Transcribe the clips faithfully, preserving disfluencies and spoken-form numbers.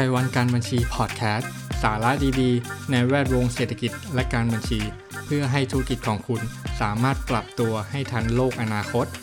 ชัยวันการบัญชีพอดแคสต์สาระดีๆในแวดวงเศรษฐกิจและการบัญชีเพื่อให้ธุรกิจของคุณสามารถปรับตัวให้ทันโลกอนาคต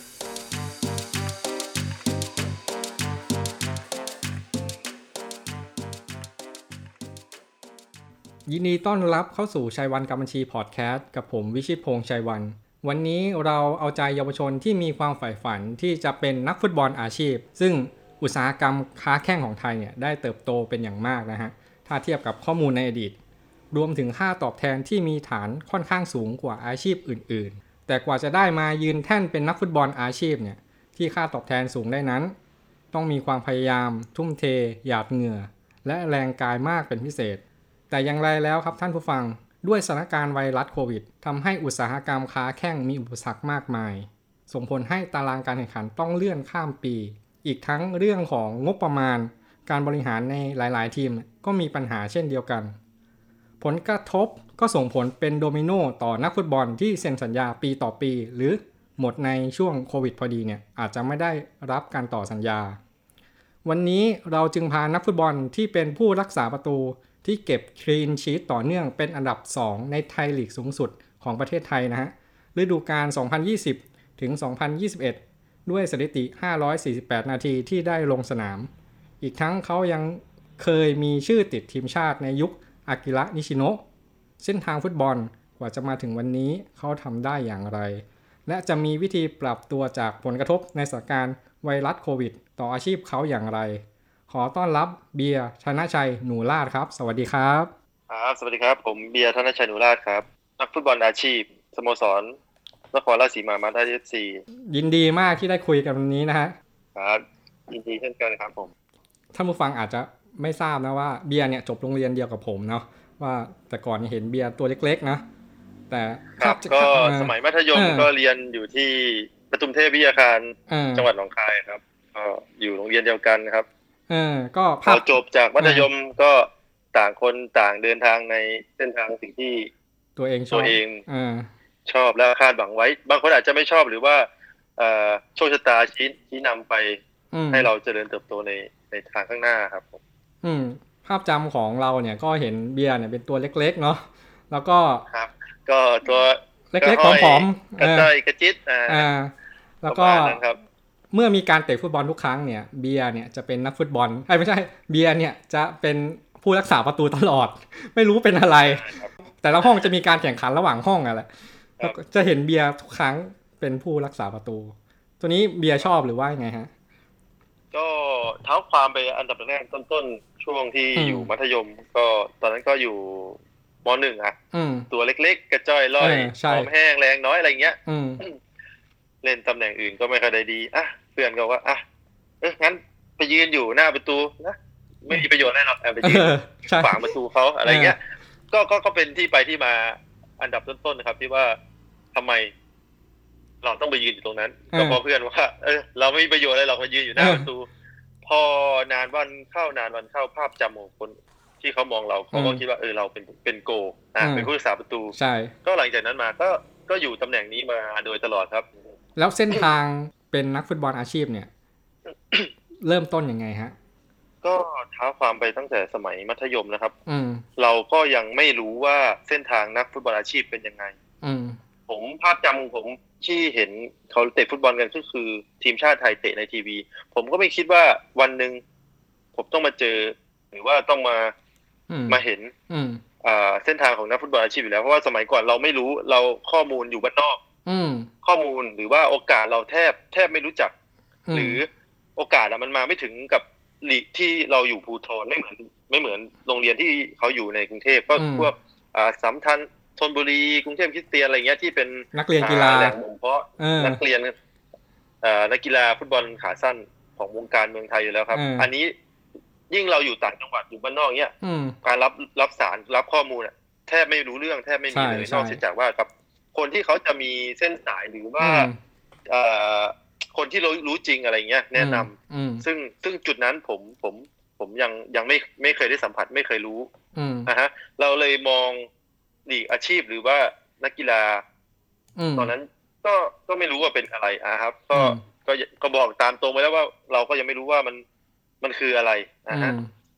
ยินดีต้อนรับเข้าสู่ชัยวันการบัญชีพอดแคสต์กับผมวิชิตพงษ์ชัยวันวันนี้เราเอาใจเยาวชนที่มีความใฝ่ฝันที่จะเป็นนักฟุตบอลอาชีพซึ่งอุตสาหกรรมค้าแข้งของไทยเนี่ยได้เติบโตเป็นอย่างมากนะฮะถ้าเทียบกับข้อมูลในอดีตรวมถึงค่าตอบแทนที่มีฐานค่อนข้างสูงกว่าอาชีพอื่นๆแต่กว่าจะได้มายืนแท่นเป็นนักฟุตบอลอาชีพเนี่ยที่ค่าตอบแทนสูงได้นั้นต้องมีความพยายามทุ่มเทหยาดเหงื่อและแรงกายมากเป็นพิเศษแต่อย่างไรแล้วครับท่านผู้ฟังด้วยสถานการณ์ไวรัสโควิดทำให้อุตสาหกรรมค้าแข้งมีอุปสรรคมากมายส่งผลให้ตารางการแข่งขันต้องเลื่อนข้ามปีอีกทั้งเรื่องของงบประมาณการบริหารในหลายๆทีมก็มีปัญหาเช่นเดียวกันผลกระทบก็ส่งผลเป็นโดมิโนต่อนักฟุตบอลที่เซ็นสัญญาปีต่อปีหรือหมดในช่วงโควิดพอดีเนี่ยอาจจะไม่ได้รับการต่อสัญญาวันนี้เราจึงพานักฟุตบอลที่เป็นผู้รักษาประตูที่เก็บคลีนชีทต่อเนื่องเป็นอันดับสองในไทยลีกสูงสุดของประเทศไทยนะฮะฤดูกาลสองพันยี่สิบถึงสองพันยี่สิบเอ็ดด้วยสถิติห้าร้อยสี่สิบแปดนาทีที่ได้ลงสนามอีกทั้งเขายังเคยมีชื่อติดทีมชาติในยุคอากิระนิชิโนะเส้นทางฟุตบอลกว่าจะมาถึงวันนี้เขาทำได้อย่างไรและจะมีวิธีปรับตัวจากผลกระทบในสถานการณ์ไวรัสโควิดต่ออาชีพเขาอย่างไรขอต้อนรับเบียร์ธนชัยหนูราชครับสวัสดีครับครับสวัสดีครับผมเบียร์ธนชัยหนูราชครับนักฟุตบอลอาชีพสโมสรนครราชสีมามาด้า เอฟ ซียินดีมากที่ได้คุยกันวันนี้นะฮะครับยินดีเช่นกันครับผมท่านผู้ฟังอาจจะไม่ทราบนะว่าเบียร์เนี่ยจบโรงเรียนเดียวกับผมเนาะว่าแต่ก่อนเห็นเบียร์ตัวเล็กๆนะแต่ครับก็สมัยมัธยมก็เรียนอยู่ที่ประทุมเทพวิทยาคารจังหวัดหนองคายครับก็อยู่โรงเรียนเดียวกันครับเออก็พอจบจากมัธยมก็ต่างคนต่างเดินทางในเส้นทางสิ่งที่ตัวเองชอบตัวเองชอบและคาดหวังไว้บางคนอาจจะไม่ชอบหรือว่าโชคชะตาชี้ชี้นำไปให้เราเจริญเติบโตในในทางข้างหน้าครับผมอืมภาพจำของเราเนี่ยก็เห็นเบียร์เนี่ยเป็นตัวเล็กๆเนาะแล้วก็ครับก็ตัวเล็กๆผอมๆกระจ้อยกระจิ๊ดอ่าแล้วก็เมื่อมีการเตะฟุตบอลทุกครั้งเนี่ยเบียร์เนี่ยจะเป็นนักฟุตบอลไอ้ไม่ใช่เบียร์เนี่ยจะเป็นผู้รักษาประตูตลอดไม่รู้เป็นอะไรแต่ละห้องจะมีการแข่งขันระหว่างห้องอะไรแล้วจะเห็นเบียร์ทุกครั้งเป็นผู้รักษาประตูตัวนี้เบียร์ชอบหรือว่ายังไงฮะก็เท้าความไปอันดับแรกต้นๆช่วงที่อยู่มัธยมก็ตอนนั้นก็อยู่ม.หนึ่ง อ่ะตัวเล็กๆกระจ้อยล่อยหอมแห้งแรงน้อยอะไรเงี้ยเล่นตำแหน่งอื่นก็ไม่ค่อยได้ดีอ่ะเพื่อนก็ว่าอ่ะเอองั้นไปยืนอยู่หน้าประตูนะไม่มีประโยชน์อะไรหรอกไปยืนขวางประตูเขาอะไรเงี้ยก็ก็ก็เป็นที่ไปที่มาอันดับต้นๆนะครับที่ว่าทำไมเราต้องไปยืนอยู่ตรงนั้นก็เพราะเพื่อนว่าเออเราไม่มีประโยชน์อะไรหรอกมายืนอยู่หน้าประตูพอนานวันเข้านานวันเข้าภาพจำของคนที่เขามองเราเขาก็คิดว่าเออเราเป็นเป็นโกอ่ะเป็นผู้รักษาประตูใช่ก็หลังจากนั้นมาก็ก็อยู่ตำแหน่งนี้มาโดยตลอดครับแล้วเส้นทางเป็นนักฟุตบอลอาชีพเนี่ย เริ่มต้นยังไงฮะก็ท้าความไปตั้งแต่สมัยมัธยมนะครับเราก็ยังไม่รู้ว่าเส้นทางนักฟุตบอลอาชีพเป็นยังไงผมภาพจำของผมที่เห็นเขาเตะฟุตบอลกันก็คือทีมชาติไทยเตะในทีวีผมก็ไม่คิดว่าวันนึงผมต้องมาเจอหรือว่าต้องมามาเห็นเส้นทางของนักฟุตบอลอาชีพอยู่แล้วเพราะว่าสมัยก่อนเราไม่รู้เราข้อมูลอยู่บ้านนอกข้อมูลหรือว่าโอกาสเราแทบแทบไม่รู้จักหรือโอกาสอะมันมาไม่ถึงกับลีกที่เราอยู่ภูธรไม่เหมือนไม่เหมือนโรงเรียนที่เขาอยู่ในกรุงเทพก็พวกสัมพันธ์ธนบุรีกรุงเทพคริสเตียนอะไรเงี้ยที่เป็นนักเรียนกีฬาแหล่งบ่มเพาะนักเรียนนักกีฬาฟุตบอลขาสั้นของวงการเมืองไทยอยู่แล้วครับอันนี้ยิ่งเราอยู่ต่างจังหวัดอยู่บ้านนอกเนี้ยการรับรับสารรับข้อมูลอะแทบไม่รู้เรื่องแทบไม่มีเลยนอกจากว่ากับคนที่เขาจะมีเส้นสายหรือว่าคนที่รู้รู้จริงอะไรเงี้ยแนะนำซึ่งซึ่งจุดนั้นผมผมผมยังยังไม่ไม่เคยได้สัมผัสไม่เคยรู้นะฮะเราเลยมองลีกอาชีพหรือว่านักกีฬาตอนนั้นก็ก็ไม่รู้ว่าเป็นอะไรอ่ะครับก็ก็ก็บอกตามตรงไปแล้วว่าเราก็ยังไม่รู้ว่ามันมันคืออะไรนะฮะ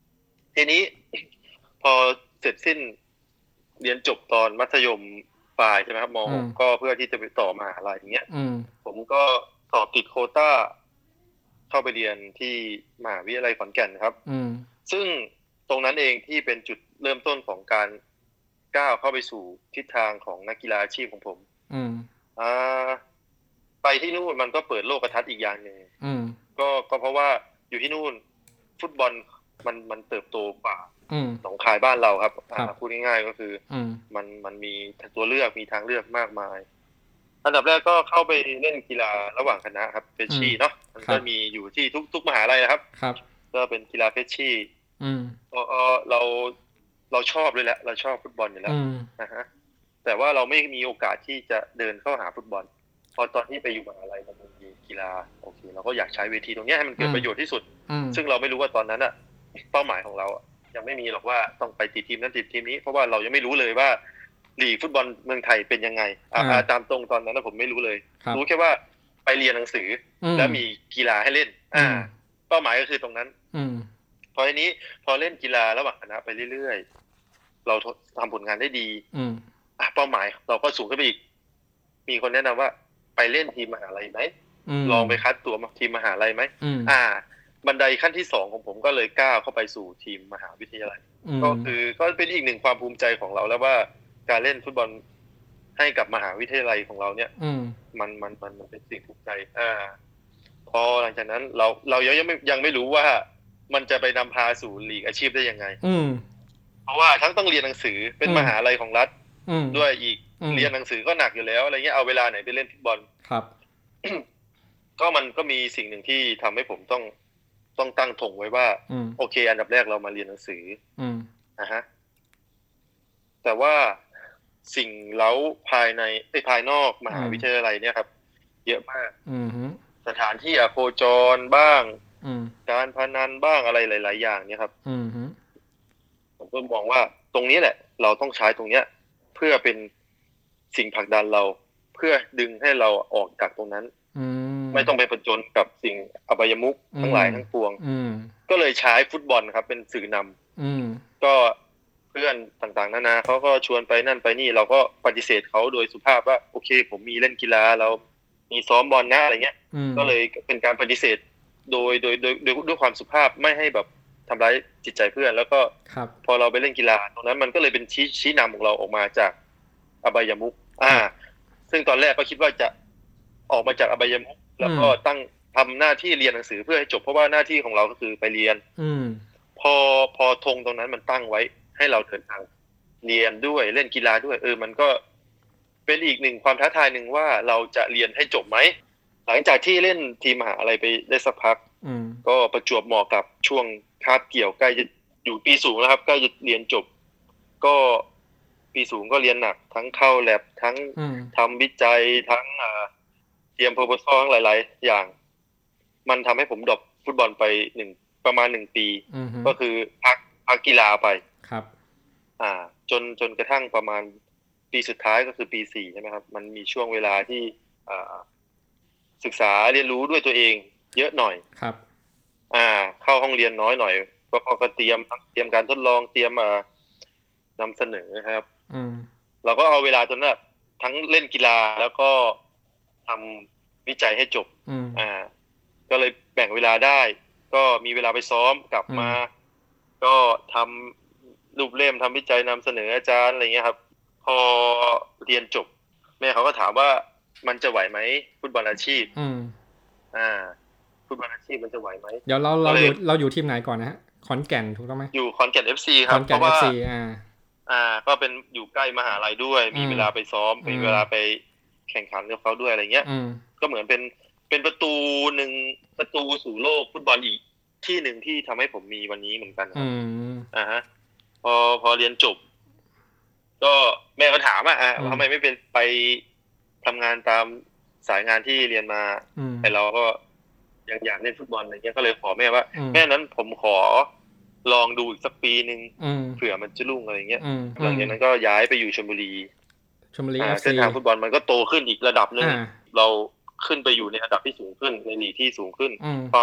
ทีนี้พอเสร็จสิ้นเรียนจบตอนมัธยมปลายใช่ไหมครับม .หก ก็เพื่อที่จะไปต่อมหาลัยอย่างเงี้ยผมก็สอบติดโควต้าเข้าไปเรียนที่มหาวิทยาลัยขอนแก่นครับซึ่งตรงนั้นเองที่เป็นจุดเริ่มต้นของการก้าวเข้าไปสู่ทิศทางของนักกีฬาอาชีพของผมอ่าไปที่นู่นมันก็เปิดโลกทัศน์อีกอย่างหนึ่งก็ก็เพราะว่าอยู่ที่นู่นฟุตบอลมันมันเติบโตกว่าหนองคายบ้านเราครับพูดง่ายๆก็คือมันมันมีตัวเลือกมีทางเลือกมากมายอันดับแรกก็เข้าไปเล่นกีฬาระหว่างคณะครับเฟชชี่เนาะมันก็มีอยู่ที่ทุกทุกมหาลัยครับก็เป็นกีฬาเฟชชี่เออเราเราชอบเลยแหละเราชอบฟุตบอลอยู่แล้วนะฮะแต่ว่าเราไม่มีโอกาสที่จะเดินเข้าหาฟุตบอลพอตอนที่ไปอยู่มหาลัยมันมีกีฬาโอเคเราก็อยากใช้เวทีตรงนี้ให้มันเกิดประโยชน์ที่สุดซึ่งเราไม่รู้ว่าตอนนั้นอะเป้าหมายของเรายังไม่มีหรอกว่าต้องไปติดทีมนั้นติดทีมนี้เพราะว่าเรายังไม่รู้เลยว่าลีกฟุตบอลเมืองไทยเป็นยังไงอ่าตามตรงตอนนั้นผมไม่รู้เลยรู้แค่ว่าไปเรียนหนังสือแล้วมีกีฬาให้เล่นอ่าเป้าหมายก็คือตรงนั้นพอทีนี้พอเล่นกีฬาระหว่างคณะไปเรื่อยๆเราทำผลงานได้ดีอ่ะเป้าหมายเราก็สูงขึ้นไปอีกมีคนแนะนำว่าไปเล่นทีมมหาลัยไหมลองไปคัดตัวมาทีมมหาลัยไหมอ่าบันไดขั้นที่สองของผมก็เลยก้าวเข้าไปสู่ทีมมหาวิทยาลัยก็คือก็เป็นอีกหนึ่งความภูมิใจของเราแล้วว่าการเล่นฟุตบอลให้กับมหาวิทยาลัยของเราเนี่ยมันมันมันมันเป็นสิ่งภูมิใจอ่าพอหลังจากนั้นเราเรายังยังไม่ยังไม่รู้ว่ามันจะไปนำพาสู่ลีกอาชีพได้ยังไงเพราะว่าทั้งต้องเรียนหนังสือเป็นมหาลัยของรัฐด้วยอีกเรียนหนังสือก็หนักอยู่แล้วอะไรเงี้ยเอาเวลาไหนไปเล่นฟุตบอลครับก็มันก็มีสิ่งหนึ่งที่ทำให้ผมต้องต้องตั้งธงไว้ว่าโอเคอันดับแรกเรามาเรียนหนังสือนะฮะแต่ว่าสิ่งเล้าภายในไอ้ภายนอกมหาวิทยาลัยเนี่ยครับเยอะมากสถานที่อโคจรบ้างการพนันบ้างอะไรหลายๆอย่างเนี่ยครับผมก็มองว่าตรงนี้แหละเราต้องใช้ตรงเนี้ยเพื่อเป็นสิ่งผลักดันเราเพื่อดึงให้เราออกจากตรงนั้นไม่ต้องไปผจญกับสิ่งอบายมุขทั้งหลายทั้งปวงก็เลยใช้ฟุตบอลครับเป็นสื่อนำก็เพื่อนต่างๆนานาเขาก็ชวนไปนั่นไปนี่เราก็ปฏิเสธเขาโดยสุภาพว่าโอเคผมมีเล่นกีฬาเรามีซ้อมบอลนะอะไรเงี้ยก็เลยเป็นการปฏิเสธโดยโดยโดยด้วยความสุภาพไม่ให้แบบทำร้ายจิตใจเพื่อนแล้วก็พอเราไปเล่นกีฬาตรงนั้นมันก็เลยเป็นชี้ชี้นำของเราออกมาจากอบายมุขอ่าซึ่งตอนแรกก็คิดว่าจะออกมาจากอบายมุขแล้วก็ตั้งทำหน้าที่เรียนหนังสือเพื่อให้จบเพราะว่าหน้าที่ของเราก็คือไปเรียนพอพอธงตรงนั้นมันตั้งไว้ให้เราเดินทางเรียนด้วยเล่นกีฬาด้วยเออมันก็เป็นอีกหนึ่งความท้าทายหนึ่งว่าเราจะเรียนให้จบไหมหลังจากที่เล่นทีมมหาอะไรไปได้สักพักก็ประจวบเหมาะกับช่วงคาบเกี่ยวใกล้จะอยู่ปีสูงแล้วครับใกล้จะเรียนจบก็ปีสูงก็เรียนหนักทั้งเข้าแลบทั้งทำวิจัยทั้งเตรียมโปรโพซัลทั้งหลายๆอย่างมันทำให้ผมดรอปฟุตบอลไปหนึ่งประมาณหนึ่งปีก็คือพักพักกีฬาไปครับอ่าจนจนกระทั่งประมาณปีสุดท้ายก็คือปีสี่ใช่ไหมครับมันมีช่วงเวลาที่อ่าศึกษาเรียนรู้ด้วยตัวเองเยอะหน่อยครับอ่าเข้าห้องเรียนน้อยหน่อยก็พอก็เตรียมเตรียมการทดลองเตรียมอ่านำเสนอครับอืมเราก็เอาเวลาตรงนั้นทั้งเล่นกีฬาแล้วก็ทำวิจัยให้จบอ่าก็เลยแบ่งเวลาได้ก็มีเวลาไปซ้อมกลับมาก็ทำรูปเล่มทำวิจัยนำเสนออาจารย์อะไรเงี้ยครับพอเรียนจบแม่เขาก็ถามว่ามันจะไหวไหมฟุตบอลอาชีพอืมอ่าฟุตบอลอาชีพมันจะไหวไหมเดี๋ยวเราเราอยู่เราอยู่ทีมไหนก่อนนะฮะขอนแก่นถูกต้องไหมอยู่ขอนแก่น เอฟ ซี ครับเพราะว่าอ่าอ่าก็เป็นอยู่ใกล้มหาลัยด้วยมีเวลาไปซ้อมมีเวลาไปแข่งขันกับเขาด้วยอะไรเงี้ยก็เหมือนเป็นเป็นประตูหนึ่งประตูสู่โลกฟุตบอลอีกที่หนึ่งที่ทำให้ผมมีวันนี้เหมือนกันครับอ่าฮะพอพอเรียนจบก็แม่ก็ถามว่าอ่ะทำไมไม่เป็นไปทำงานตามสายงานที่เรียนมาแต่เราก็ยังอยากเล่นฟุตบอลอะไรเงี้ยก็เลยขอแม่ว่าแม่นั้นผมขอลองดูอีกสักปีนึงเผื่อมันจะรุ่งอะไรเงี้ยหลังจากนั้นก็ย้ายไปอยู่ชลบุรีชลบุรีเส้นทางฟุตบอลมันก็โตขึ้นอีกระดับนึงเราขึ้นไปอยู่ในระดับที่สูงขึ้นในลีกที่สูงขึ้นความ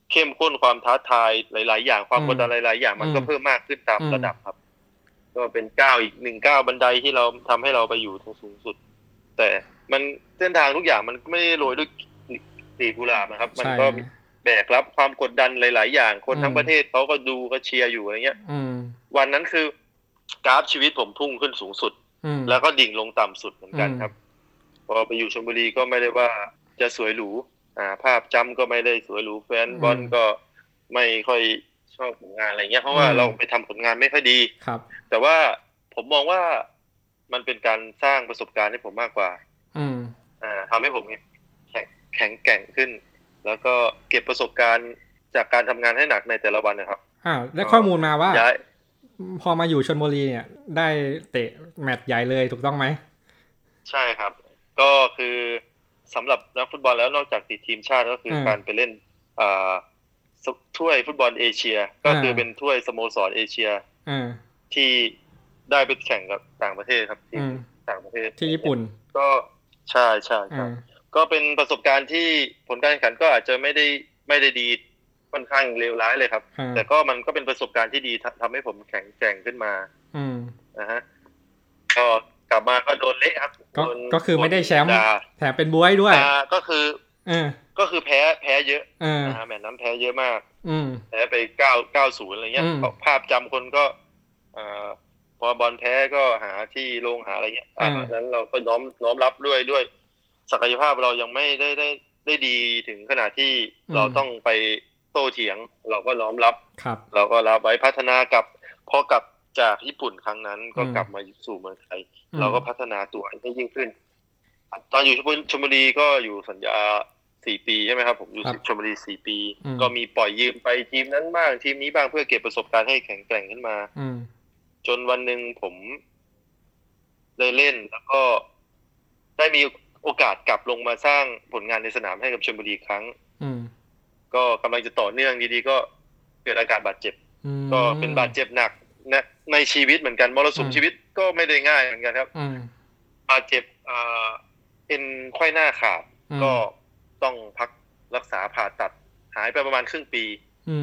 เข้มข้นความท้าทายหลายๆอย่างความกดดันหลายๆอย่างมันก็เพิ่มมากขึ้นตามระดับครับก็เป็นก้าวอีกหนึ่งก้าวบันไดที่เราทำให้เราไปอยู่ตรงสูงสุดแต่มันเส้นทางทุกอย่างมันไม่ได้โรยด้วยกลีบกุหลาบนะครับมันก็แบกรับความกดดันหลายๆอย่างคนทั้งประเทศเขาก็ดูก็เชียร์อยู่อะไรเงี้ยวันนั้นคือกราฟชีวิตผมพุ่งขึ้นสูงสุดแล้วก็ดิ่งลงต่ำสุดเหมือนกันครับพอไปอยู่ชลบุรีก็ไม่ได้ว่าจะสวยหรูอ่าภาพจำก็ไม่ได้สวยหรูแฟนบอลก็ไม่ค่อยชอบผลงานอะไรเงี้ยเพราะว่าเราไปทำผลงานไม่ค่อยดีครับแต่ว่าผมมองว่ามันเป็นการสร้างประสบการณ์ให้ผมมากกว่าอืมอ่าทำให้ผมแข็งแข็งแกร่งขึ้นแล้วก็เก็บประสบการณ์จากการทำงานให้หนักในแต่ละวันนะครับอ่าได้ข้อมูลมาว่าพอมาอยู่ชลบุรีเนี่ยได้เตะแมตช์ใหญ่เลยถูกต้องไหมใช่ครับก็คือสำหรับนักฟุตบอลแล้วนอกจากติดทีมชาติก็คือการไปเล่นอ่าถ้วยฟุตบอลเอเชียก็คือเป็นถ้วยสโมสรเอเชียที่ได้ไปแข่งกับต่างประเทศครับที่ต่างประเทศที่ญี่ปุ่นก็ใช่ใช่ครับก็เป็นประสบการณ์ที่ผลการแข่งขันก็อาจจะไม่ได้ไม่ได้ดีค่อนข้างเลวร้ายเลยครับแต่ก็มันก็เป็นประสบการณ์ที่ดีทำให้ผมแข็งแกร่งขึ้นมานะฮะก็กลับมาก็โดนเละครับก็คือไม่ได้แชมป์แถมเป็นบ๊วยด้วยก็คือก็คือแพ้แพ้เยอะนะฮะแมตช์นั้นแพ้เยอะมากแพ้ไปเก้า เก้า ศูนย์อะไรเงี้ยภาพจำคนก็พอบอลแพ้ก็หาที่ลงหาอะไรเงี้ยตอนนั้นเราก็น้อมน้อมรับด้วยด้วยศักยภาพเรายังไม่ได้ได้ได้ดีถึงขนาดที่เราต้องไปโต้เถียงเราก็น้อมรับเราก็รับไว้พัฒนากับพอกลับจากญี่ปุ่นครั้งนั้นก็กลับมาสู่เมืองไทยเราก็พัฒนาตัวให้ยิ่งขึ้นตอนอยู่ชลบุรีก็อยู่สัญญาสี่ปีใช่ไหมครับผมอยู่ชลบุรีสี่ปีก็มีปล่อยยืมไปทีมนั้นบ้างทีมนี้บ้างเพื่อเก็บประสบการณ์ให้แข็งแกร่งขึ้นมาจนวันหนึ่งผมได้เล่นแล้วก็ได้มีโอกาสกลับลงมาสร้างผลงานในสนามให้กับชลบุรีอีกครั้งก็กำลังจะต่อเนื่องดีๆก็เกิดอาการบาดเจ็บก็เป็นบาดเจ็บหนักนะในชีวิตเหมือนกันมรสุมชีวิตก็ไม่ได้ง่ายเหมือนกันครับบาดเจ็บอ่าเอ็นไขว้หน้าขาดก็ต้องพักรักษาผ่าตัดหายไปประมาณครึ่งปี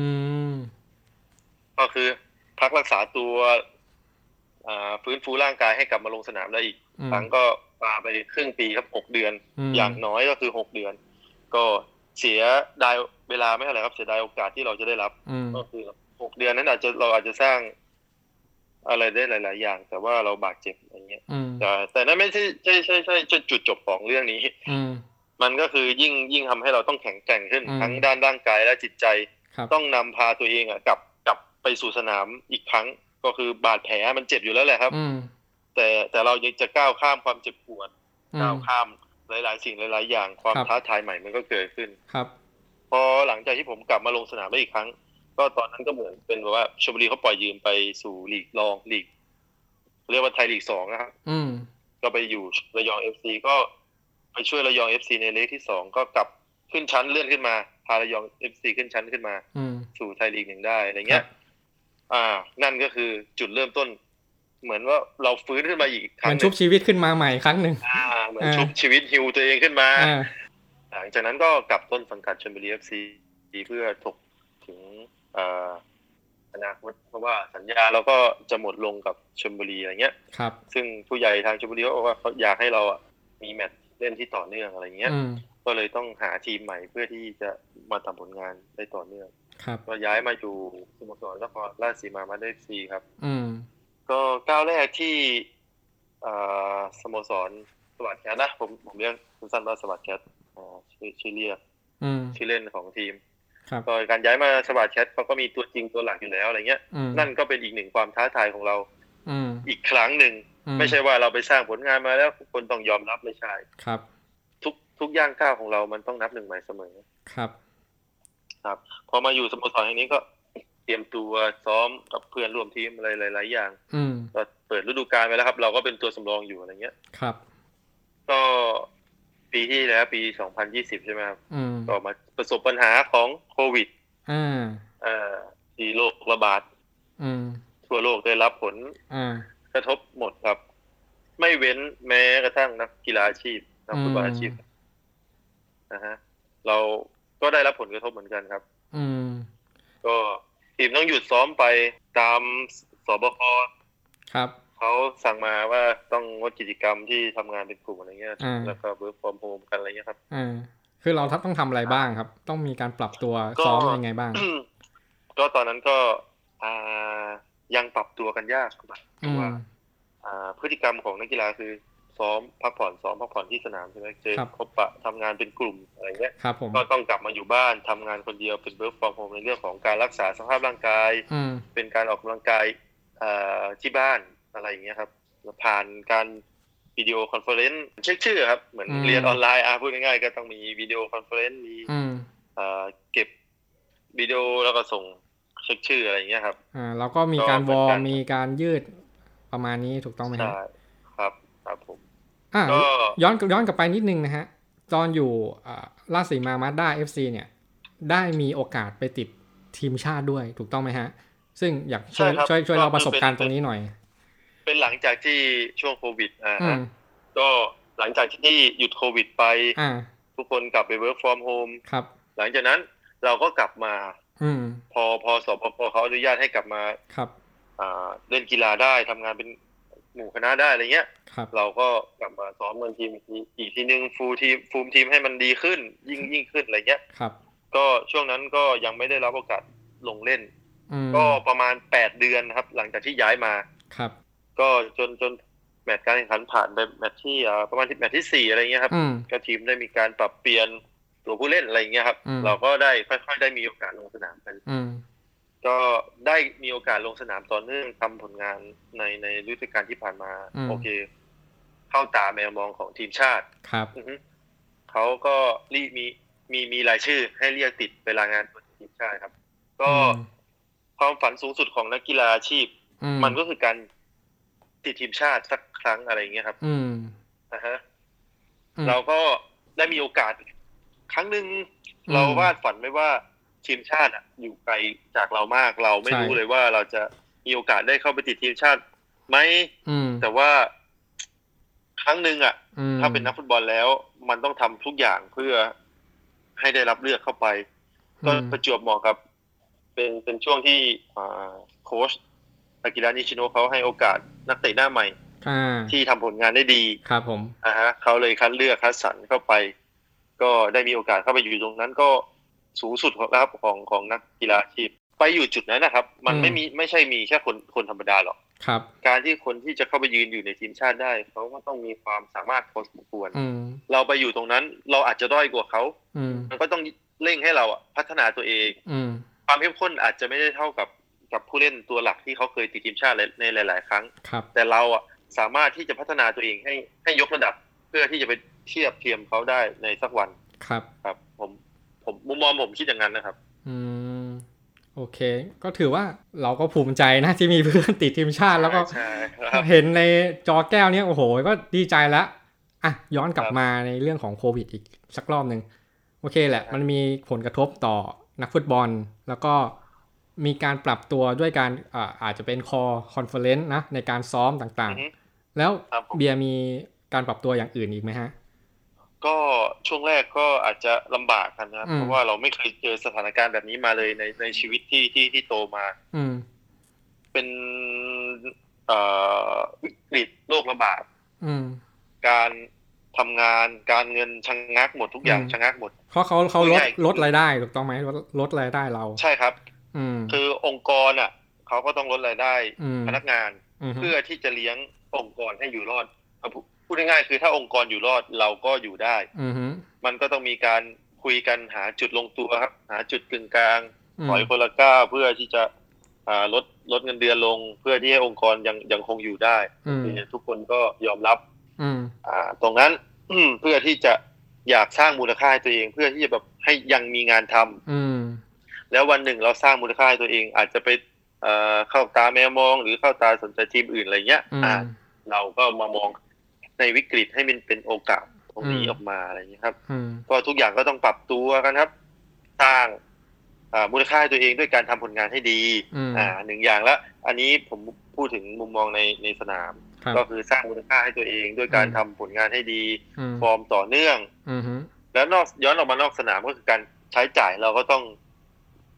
ก็คือพักรักษาตัวฟื้นฟูร่างกายให้กลับมาลงสนามได้อีกครั้งก็ปาไปครึ่งปีครับหกเดือนอย่างน้อยก็คือหกเดือนก็เสียดายเวลาไม่เท่าไหร่ครับเสียดายโอกาสที่เราจะได้รับก็คือหกเดือนนั้นอาจจะเราอาจจะสร้างอะไรได้หลายๆอย่างแต่ว่าเราบาดเจ็บอะไรเงี้ยแต่แต่นั่นไม่ใช่ใช่ใช่ใช่จุดจบของเรื่องนี้มันก็คือยิ่งยิ่งทำให้เราต้องแข็งแกร่งขึ้นทั้งด้านร่างกายและจิตใจต้องนำพาตัวเองอ่ะกลับกลับไปสู่สนามอีกครั้งก็คือบาดแผลมันเจ็บอยู่แล้วแหละครับแต่แต่เรายังจะก้าวข้ามความเจ็บปวดก้าวข้ามหลายๆสิ่งหลายๆอย่างความท้าทายใหม่มันก็เกิดขึ้นครับพอหลังจากที่ผมกลับมาลงสนามได้อีกครั้งก็ตอนนั้นก็เหมือนเป็นแบบว่าชลบุรีเขาปล่อยยืมไปสู่ลีกรองลีกเรียกว่าไทยลีกสองนะครับก็ไปอยู่ระยอง เอฟ ซี ก็ไปช่วยระยอง เอฟ ซี ในเลกที่สองก็กลับขึ้นชั้นเลื่อนขึ้นมาพาระยอง เอฟ ซี ขึ้นชั้นขึ้นมาสู่ไทยลีกหนึ่งได้อะไรเงี้ยอ่านั่นก็คือจุดเริ่มต้นเหมือนว่าเราฟื้นขึ้นมาอีกครั้งมันชุบชีวิตขึ้นมาใหม่ครั้งหนึ่งอ่าเหมือนชุบชีวิตฮิวตัวเองขึ้นมาหลังจากนั้นก็กลับต้นสังกัดชลบุรี เอฟ ซี เพื่อถกถึงอ่าอนาคตเพราะว่าสัญญาเราก็จะหมดลงกับชลบุรีอะไรเงี้ยครับซึ่งผู้ใหญ่ทางชลบุรีก็บอกว่าเขาอยากให้เราอ่ะมีแมตช์เล่นที่ต่อเนื่องอะไรเงี้ยก็เลยต้องหาทีมใหม่เพื่อที่จะมาทำผลงานได้ต่อเนื่องก็ย้ายมาอยู่สโมสรนครราชสีมามาได้ซีครับก็ก้าวแรกที่สโมสรสวัสดิ์แคทนะผมผมเรียกสั้นๆว่าสวัสดิ์แคทชื่อชื่อเรียกชื่อเล่นของทีมก็การย้ายมาสวัสดิ์แคทเขาก็มีตัวจริงตัวหลักอยู่แล้วอะไรเงี้ยนั่นก็เป็นอีกหนึ่งความท้าทายของเราอีกครั้งหนึ่งไม่ใช่ว่าเราไปสร้างผลงานมาแล้วทุกคนต้องยอมรับไม่ใช่ครับทุกทุกย่างก้าวของเรามันต้องนับหนึ่งใหม่เสมอครับครับพอมาอยู่สโมสรแห่งนี้ก็เตรียมตัวซ้อมกับเพื่อนร่วมทีมอะไรหลายๆอย่างก็เปิดฤดูกาลไปแล้วครับเราก็เป็นตัวสำรองอยู่อะไรเงี้ยครับก็ปีที่แล้วปีสองพันยี่สิบใช่ไหมครับก็มาประสบปัญหาของโควิดอ่าอ่าที่โรคระบาดทั่วโลกได้รับผลกระทบหมดครับไม่เว้นแม้กระทั่งนักกีฬาอาชีพนักฟุตบอลอาชีพนะฮะเราก็ได้รับผลกระทบเหมือนกันครับอืมก็ทีมต้องหยุดซ้อมไปตามสบคครับเขาสั่งมาว่าต้องงดกิจกรรมที่ทำงานเป็นกลุ่มอะไรเงี้ยแล้วก็ work from home กันอะไรเงี้ยครับอ่าคือเราต้องทำอะไรบ้างครับต้องมีการปรับตัวซ้อมยังไงบ้างก็ตอนนั้นก็อ่ายังปรับตัวกันยากเพราะว่าอ่าพฤติกรรมของนักกีฬาคือซ้อมพักผ่อนซ้อมพักผ่อนที่สนามใช่ไหมเจอพบปะทำงานเป็นกลุ่มอะไรเงี้ยก็ต้องกลับมาอยู่บ้านทำงานคนเดียวเป็น work from home ในเรื่องของการรักษาสภาพร่างกายเป็นการออกกำลังกายที่บ้านอะไรอย่างเงี้ยครับผ่านการวิดีโอคอนเฟอเรนซ์เช็คชื่อครับเหมือนเรียนออนไลน์อ่ะพูดง่ายๆก็ต้องมีวิดีโอคอนเฟอเรนซ์มีเก็บวิดีโอแล้วก็ส่งเช็คชื่ออะไรอย่างเงี้ยครับอ่าแล้วก็มีการวอร์มมีการยืดประมาณนี้ถูกต้องไหมครับใช่ครับครับผมอ่าย้อนย้อนกลับไปนิดนึงนะฮะตอนอยู่ราชสีมามาสด้า เอฟ ซี เนี่ยได้มีโอกาสไปติดทีมชาติด้วยถูกต้องไหมฮะซึ่งอยากช่วยช่วยช่วยเราประสบการณ์ตรงนี้หน่อยเป็นหลังจากที่ช่วงโควิดอ่าก็หลังจากที่หยุดโควิดไปทุกคนกลับไป work from home ครับหลังจากนั้นเราก็กลับมาพอพอสบคเขาอนุญาตให้กลับมาครับอ่าเล่นกีฬาได้ทำงานเป็นหมู่คณะได้อะไรเงี้ยเราก็กลับมาซ้อมกันทีมอีกทีนึงฟูลทีมฟูลทีมให้มันดีขึ้นยิ่งยิ่งขึ้นอะไรเงี้ยครับก็ช่วงนั้นก็ยังไม่ได้รับโอกาสลงเล่นก็ประมาณแปดเดือนครับหลังจากที่ย้ายมาครับก็จนจนแมตช์การแข่งขันผ่านไปแมตช์ที่อ่าประมาณที่แมตช์ที่สี่อะไรเงี้ยครับก็ทีมได้มีการปรับเปลี่ยนตัวผู้เล่นอะไรเงี้ยครับเราก็ได้ค่อยๆได้มีโอกาสลงสนามกันก็ได้มีโอกาสลงสนามต่อเนื่องทำผลงานในในฤดูกาลที่ผ่านมาโอเคเข้าตาแมวมองของทีมชาติครับเขาก็รีมีมีมีรายชื่อให้เรียกติดเวลางานตัวทีมชาติครับก็ความฝันสูงสุดของนักกีฬาอาชีพมันก็คือการติดทีมชาติสักครั้งอะไรเงี้ยครับอืมนะฮะเราก็ได้มีโอกาสครั้งหนึ่งเราวาดฝันไว้ว่าทีมชาติอ่ะอยู่ไกลจากเรามากเราไม่รู้เลยว่าเราจะมีโอกาสได้เข้าไปติดทีมชาติไหมแต่ว่าครั้งหนึ่งอ่ะถ้าเป็นนักฟุตบอลแล้วมันต้องทำทุกอย่างเพื่อให้ได้รับเลือกเข้าไปก็ประจวบเหมาะกับเป็นเป็นช่วงที่โค้ชอากิระนิชิโนะเขาให้โอกาสนักเตะหน้าใหม่ที่ทำผลงานได้ดีครับผมอ่าฮะเขาเลยคัดเลือกคัดสรรเข้าไปก็ได้มีโอกาสเข้าไปอยู่ตรงนั้นก็สูงสุดครับของของนักกีฬาอาชีพไปอยู่จุดนั้นนะครับมันไม่มีไม่ใช่มีแค่คนคนธรรมดาหรอกครับการที่คนที่จะเข้าไปยืนอยู่ในทีมชาติได้เขาก็ต้องมีความสามารถพอสมควรเราไปอยู่ตรงนั้นเราอาจจะด้อยกว่าเขามันก็ต้องเร่งให้เราพัฒนาตัวเองความเข้มข้นอาจจะไม่ได้เท่ากับกับผู้เล่นตัวหลักที่เขาเคยติดทีมชาติในหลายๆครั้งแต่เราอ่ะสามารถที่จะพัฒนาตัวเองให้ให้ยกระดับเพื่อที่จะไปเทียบเทียมเขาได้ในสักวันครับครับผมผมมุมมองผมคิดอย่างนั้นนะครับอืมโอเคก็ถือว่าเราก็ภูมิใจนะที่มีเพื่อนติดทีมชาติแล้วก็เห็นในจอแก้วเนี้ยโอ้โหก็ดีใจแล้วอ่ะย้อนกลับมาในเรื่องของโควิดอีกสักรอบนึงโอเคแหละมันมีผลกระทบต่อนักฟุตบอลแล้วก็มีการปรับตัวด้วยการอ่าอาจจะเป็นคอคอนเฟอเรนซ์นะในการซ้อมต่างๆแล้วเบียร์มีการปรับตัวอย่างอื่นอีกไหมฮะก็ช่วงแรกก็อาจจะลำบากกันนะเพราะว่าเราไม่เคยเจอสถานการณ์แบบนี้มาเลยในในชีวิตที่ที่ที่โตมาเป็นวิกฤตโรคระบาดการทำงานการเงินชะงักหมดทุกอย่างชะงักหมดเพราะเขาเขาลดลดรายได้ถูกต้องไหมลดลดรายได้เราใช่ครับคือองค์กรอ่ะเขาก็ต้องลดรายได้พนักงานเพื่อที่จะเลี้ยงองค์กรให้อยู่รอดพูดง่ายๆคือถ้าองค์กรอยู่รอดเราก็อยู่ได้มันก็ต้องมีการคุยกันหาจุดลงตัวครับหาจุดกึ่งกลางถอยคนละก้าวเพื่อที่จะลดลดเงินเดือนลงเพื่อที่ให้องค์กรยังยังคงอยู่ได้ทุกคนก็ยอมรับตรงนั้นเพื่อที่จะอยากสร้างมูลค่าให้ตัวเองเพื่อที่จะแบบให้ยังมีงานทำแล้ววันหนึ่งเราสร้างมูลค่าให้ตัวเองอาจจะไปเข้าตาแมวมองหรือเข้าตาสนใจทีมอื่นอะไรเงี้ยเราก็มามองในวิกฤตให้มันเป็นโอกาสตรงนี้ออกมาอะไรอย่างนี้ครับก็ทุกอย่างก็ต้องปรับตัวกันครับสร้างมูลค่าให้ตัวเองด้วยการทำผลงานให้ดีอ่าหนึ่งอย่างแล้วอันนี้ผมพูดถึงมุมมองในในสนามก็คือสร้างมูลค่าให้ตัวเองด้วยการทำผลงานให้ดีฟอร์มต่อเนื่องแล้วนอกย้อนออกมานอกสนามก็คือการใช้จ่ายเราก็ต้อง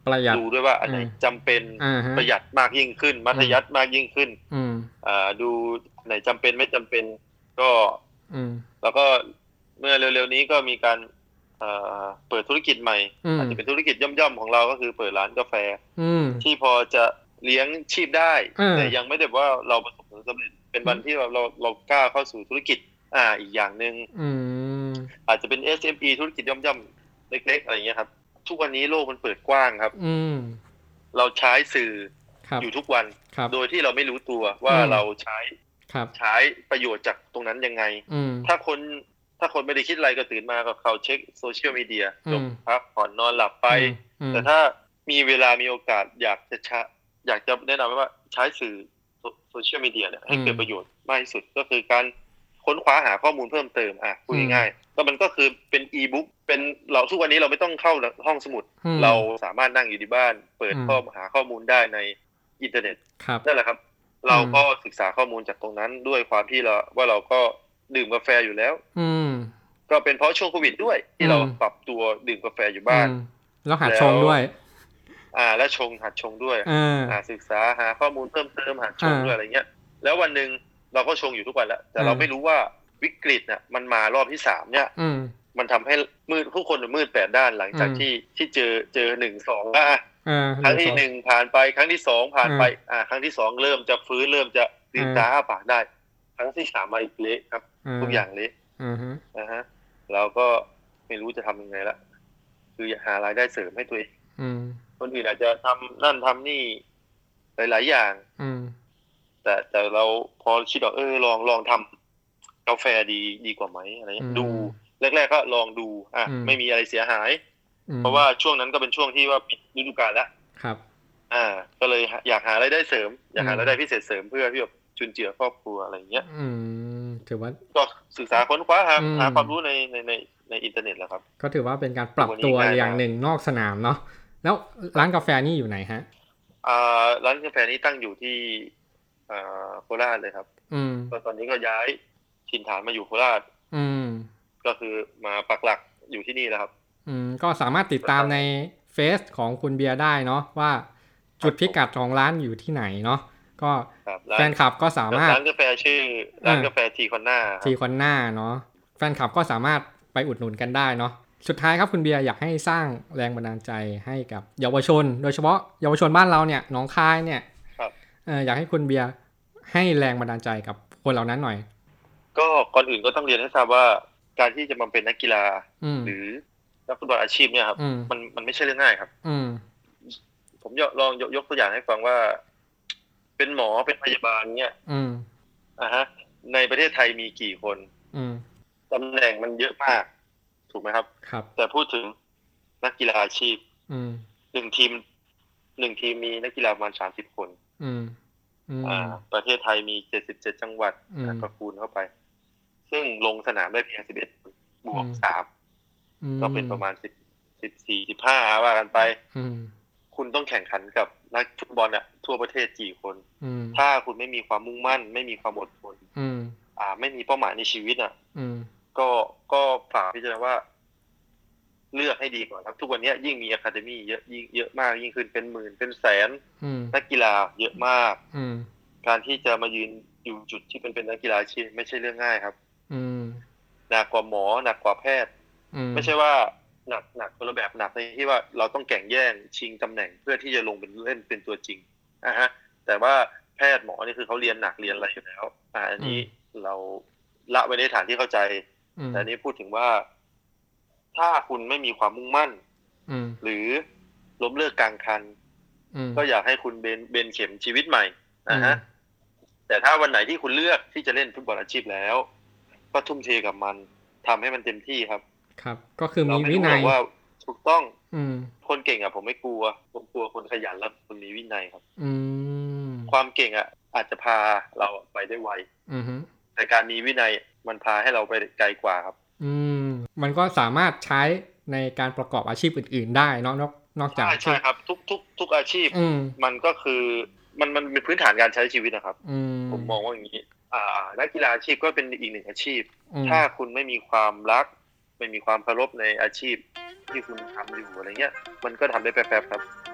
ประหยัดดูด้วยว่าอันไหนจำเป็นประหยัดมากยิ่งขึ้นมัธยัสถ์มากยิ่งขึ้นอ่าดูไหนจำเป็นไม่จำเป็นก็แล้วก็เมื่อเร็วๆนี้ก็มีการเปิดธุรกิจใหม่อาจจะเป็นธุรกิจย่อมๆของเราก็คือเปิดร้านกาแฟที่พอจะเลี้ยงชีพได้แต่ยังไม่ได้ว่าเราประสบผลสำเร็จเป็นวันที่เราเราเรากล้าเข้าสู่ธุรกิจอ่าอีกอย่างนึงอาจจะเป็น เอส เอ็ม อี ธุรกิจย่อมๆเล็กๆอะไรอย่างเงี้ยครับทุกวันนี้โลกมันเปิดกว้างครับเราใช้สื่ออยู่ทุกวันโดยที่เราไม่รู้ตัวว่าเราใช้ใช้ประโยชน์จากตรงนั้นยังไงถ้าคนถ้าคนไม่ได้คิดอะไรก็ตื่นมาก็เข้าเช็คโซเชียลมีเดียจบพักผ่อนนอนหลับไปแต่ถ้ามีเวลามีโอกาสอยากจะใช้อยากจะแนะนำว่าใช้สื่อโซเชียลมีเดียเนี่ยให้เกิดประโยชน์มากที่สุดก็คือการค้นคว้าหาข้อมูลเพิ่มเติมอ่ะพูดง่ายๆก็มันก็คือเป็นอีบุ๊กเป็นเราทุกวันนี้เราไม่ต้องเข้าห้องสมุดเราสามารถนั่งอยู่ที่บ้านเปิดข้อหาข้อมูลได้ในอินเทอร์เน็ตนั่นแหละครับเราก็ศึกษาข้อมูลจากตรงนั้นด้วยความที่เราว่าเราก็ดื่มกาแฟอยู่แล้วก็เป็นเพราะช่วงโควิดด้วยที่เราปรับตัวดื่มกาแฟอยู่บ้านแล้วหัดชงด้วยอ่าและชงหัดชงด้วยอ่าศึกษาหาข้อมูลเพิ่มเติมหัดชงด้วยอะไรเงี้ยแล้ววันนึงเราก็ชงอยู่ทุกวันแล้วแต่เราไม่รู้ว่าวิกฤตน่ะมันมารอบที่สามเนี่ยมันทำให้มืดผู้คนมืดแปดด้านหลังจากที่ที่เจอเจอหนึ่งสองอ่ะครั้งที่หนึ่งผ่านไปครั้งที่สองผ่านไปอ่าครั้งที่สองเริ่มจะฟื้นเริ่มจะลืมตาอ้าปากได้ครั้งที่สามมาอีกเละครับทุกอย่างเละนะฮะเราก็ไม่รู้จะทำยังไงละคืออยากหารายได้เสริมให้ตัวเองคนอื่นอาจจะทำนั่นทำนี่หลายๆอย่างแต่แต่เราพอคิดว่าเออลองลองทำกาแฟดีดีกว่าไหมอะไรเงี้ยดูแรกๆก็ลองดูอ่ะไม่มีอะไรเสียหายเพราะว่าช่วงนั้นก็เป็นช่วงที่ว่าปิดฤดูกาลแล้วครับอ่าก็เลยอยากหารายได้เสริมอยากหารายได้พิเศษเสริมเพื่อที่แบบจุนเจือครอบครัวอะไรเงี้ยอืมถือว่าก็ศึกษาค้นคว้าหาหาความรู้ในในในในอินเทอร์เน็ตแล้วครับก็ถือว่าเป็นการปรับตัวอย่างหนึ่งนอกสนามเนาะแล้วร้านกาแฟนี่อยู่ไหนฮะอ่าร้านกาแฟนี้ตั้งอยู่ที่อ่าโคราชเลยครับอืมก็ตอนนี้ก็ย้ายถิ่นฐานมาอยู่โคราชอืมก็คือมาปักหลักอยู่ที่นี่แล้วครับอืมก็สามารถติดตามในเฟซของคุณเบียร์ได้เนาะว่าจุดพิกัดของร้านอยู่ที่ไหนเนาะก็แฟนคลับก็สามารถร้านกาแฟชื่อร้านกาแฟทีคอนน่าทีคอนน่าเนาะแฟนคลับก็สามารถไปอุดหนุนกันได้เนาะสุดท้ายครับคุณเบียร์อยากให้สร้างแรงบันดาลใจให้กับเยาวชนโดยเฉพาะเยาวชนบ้านเราเนี่ยหนองคายเนี่ยเอ่ออยากให้คุณเบียร์ให้แรงบันดาลใจกับคนเหล่านั้นหน่อยก็ก่อนอื่นก็ต้องเรียนให้ทราบว่าการที่จะมาเป็นนักกีฬาหรือนักฟุตบอลอาชีพเนี่ยครับมันมันไม่ใช่เรื่องง่ายครับผมลองยกตัวอย่างให้ฟังว่าเป็นหมอเป็นพยาบาลเนี่ยอ่าฮะในประเทศไทยมีกี่คนตำแหน่งมันเยอะมากถูกไหมครับครับแต่พูดถึงนักกีฬาอาชีพหนึ่งทีมหนึ่งทีมมีนักกีฬาประมาณสามสิบคนอ่าประเทศไทยมีเจ็ดสิบเจ็ดจังหวัดก็คูณเข้าไปซึ่งลงสนามได้เพียงสิบเอ็ดบวกสามก็เป็นประมาณสิบ สิบสี่ สิบห้าว่ากันไปคุณต้องแข่งขันกับนักฟุตบอลเนี่ยทั่วประเทศกี่คนถ้าคุณไม่มีความมุ่งมั่นไม่มีความอดทนอ่าไม่มีเป้าหมายในชีวิตอ่ะก็ก็ฝากพิจารณาว่าเลือกให้ดีก่อนครับทุกวันนี้ยิ่งมีอะคาเดมี่เยอะยิ่งเยอะมากยิ่งขึ้นเป็นหมื่นเป็นแสนนักกีฬาเยอะมากการที่จะมายืนอยู่จุดที่เป็นเป็นนักกีฬาอาชีพไม่ใช่เรื่องง่ายครับหนักกว่าหมอหนักกว่าแพทย์ไม่ใช่ว่าหนักหนักคนละแบบหนักในที่ว่าเราต้องแข่งแย่งชิงตำแหน่งเพื่อที่จะลงเป็นเล่นเป็นตัวจริงนะฮะแต่ว่าแพทย์หมอนี่คือเขาเรียนหนักเรียนอะไรอยู่แล้วอ่าอันนี้เราละไว้ในฐานที่เข้าใจแต่อันนี้พูดถึงว่าถ้าคุณไม่มีความมุ่งมั่นหรือล้มเลิกกลางคันก็อยากให้คุณเบนเบนเข็มชีวิตใหม่นะฮะแต่ถ้าวันไหนที่คุณเลือกที่จะเล่นฟุตบอลอาชีพแล้วก็ทุ่มเทกับมันทำให้มันเต็มที่ครับครับก็คือมีวินัยว่าถูกต้องคนเก่งอ่ะผมไม่กลัวผมกลัวคนขยันแล้วคนมีวินัยครับความเก่งอ่ะอาจจะพาเราไปได้ไวแต่การมีวินัยมันพาให้เราไปไกลกว่าครับอืมมันก็สามารถใช้ในการประกอบอาชีพอื่นๆได้นอกนอกจากใช่ครับทุกทุกทุกอาชีพมันก็คือมันมันเป็นพื้นฐานการใช้ชีวิตนะครับผมมองว่าอย่างนี้อ่านักกีฬาอาชีพก็เป็นอีกหนึ่งอาชีพถ้าคุณไม่มีความรักไม่มีความเคารพในอาชีพที่คุณทำอยู่อะไรเงี้ยมันก็ทำได้แป๊บๆครับ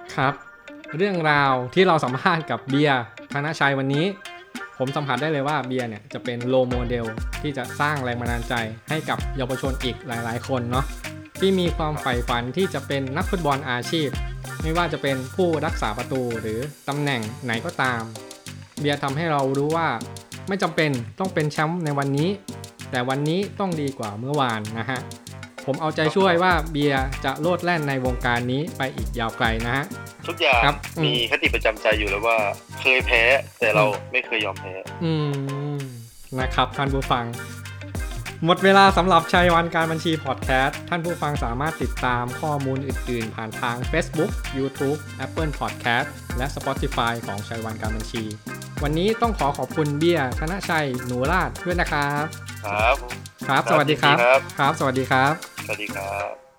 ครับเรื่องราวที่เราสัมภาษณ์กับเบียร์ธนชัยวันนี้ผมสัมผัสได้เลยว่าเบียร์เนี่ยจะเป็นโรลโมเดลที่จะสร้างแรงบันดาลใจให้กับเยาวชนอีกหลายๆคนเนาะที่มีความใฝ่ฝันที่จะเป็นนักฟุตบอลอาชีพไม่ว่าจะเป็นผู้รักษาประตูหรือตำแหน่งไหนก็ตามเบียร์ทำให้เรารู้ว่าไม่จำเป็นต้องเป็นแชมป์ในวันนี้แต่วันนี้ต้องดีกว่าเมื่อวานนะฮะผมเอาใจช่วยว่าเบียร์จะโลดแล่นในวงการนี้ไปอีกยาวไกลนะฮะทุกอย่างมีคติประจำใจอยู่แล้วว่าเคยแพ้แต่เราไม่เคยยอมแพ้อืมนะครับท่านผู้ฟังหมดเวลาสำหรับชัยวันการบัญชีพอดแคสต์ท่านผู้ฟังสามารถติดตามข้อมูลอื่นๆผ่านทาง Facebook YouTube Apple Podcast และ Spotify ของชัยวันการบัญชีวันนี้ต้องขอขอบคุณเบียร์ธนชัยหนูราชด้วยนะครับครับครับสวัสดีครับครับสวัสดีครับสวัสดีครับ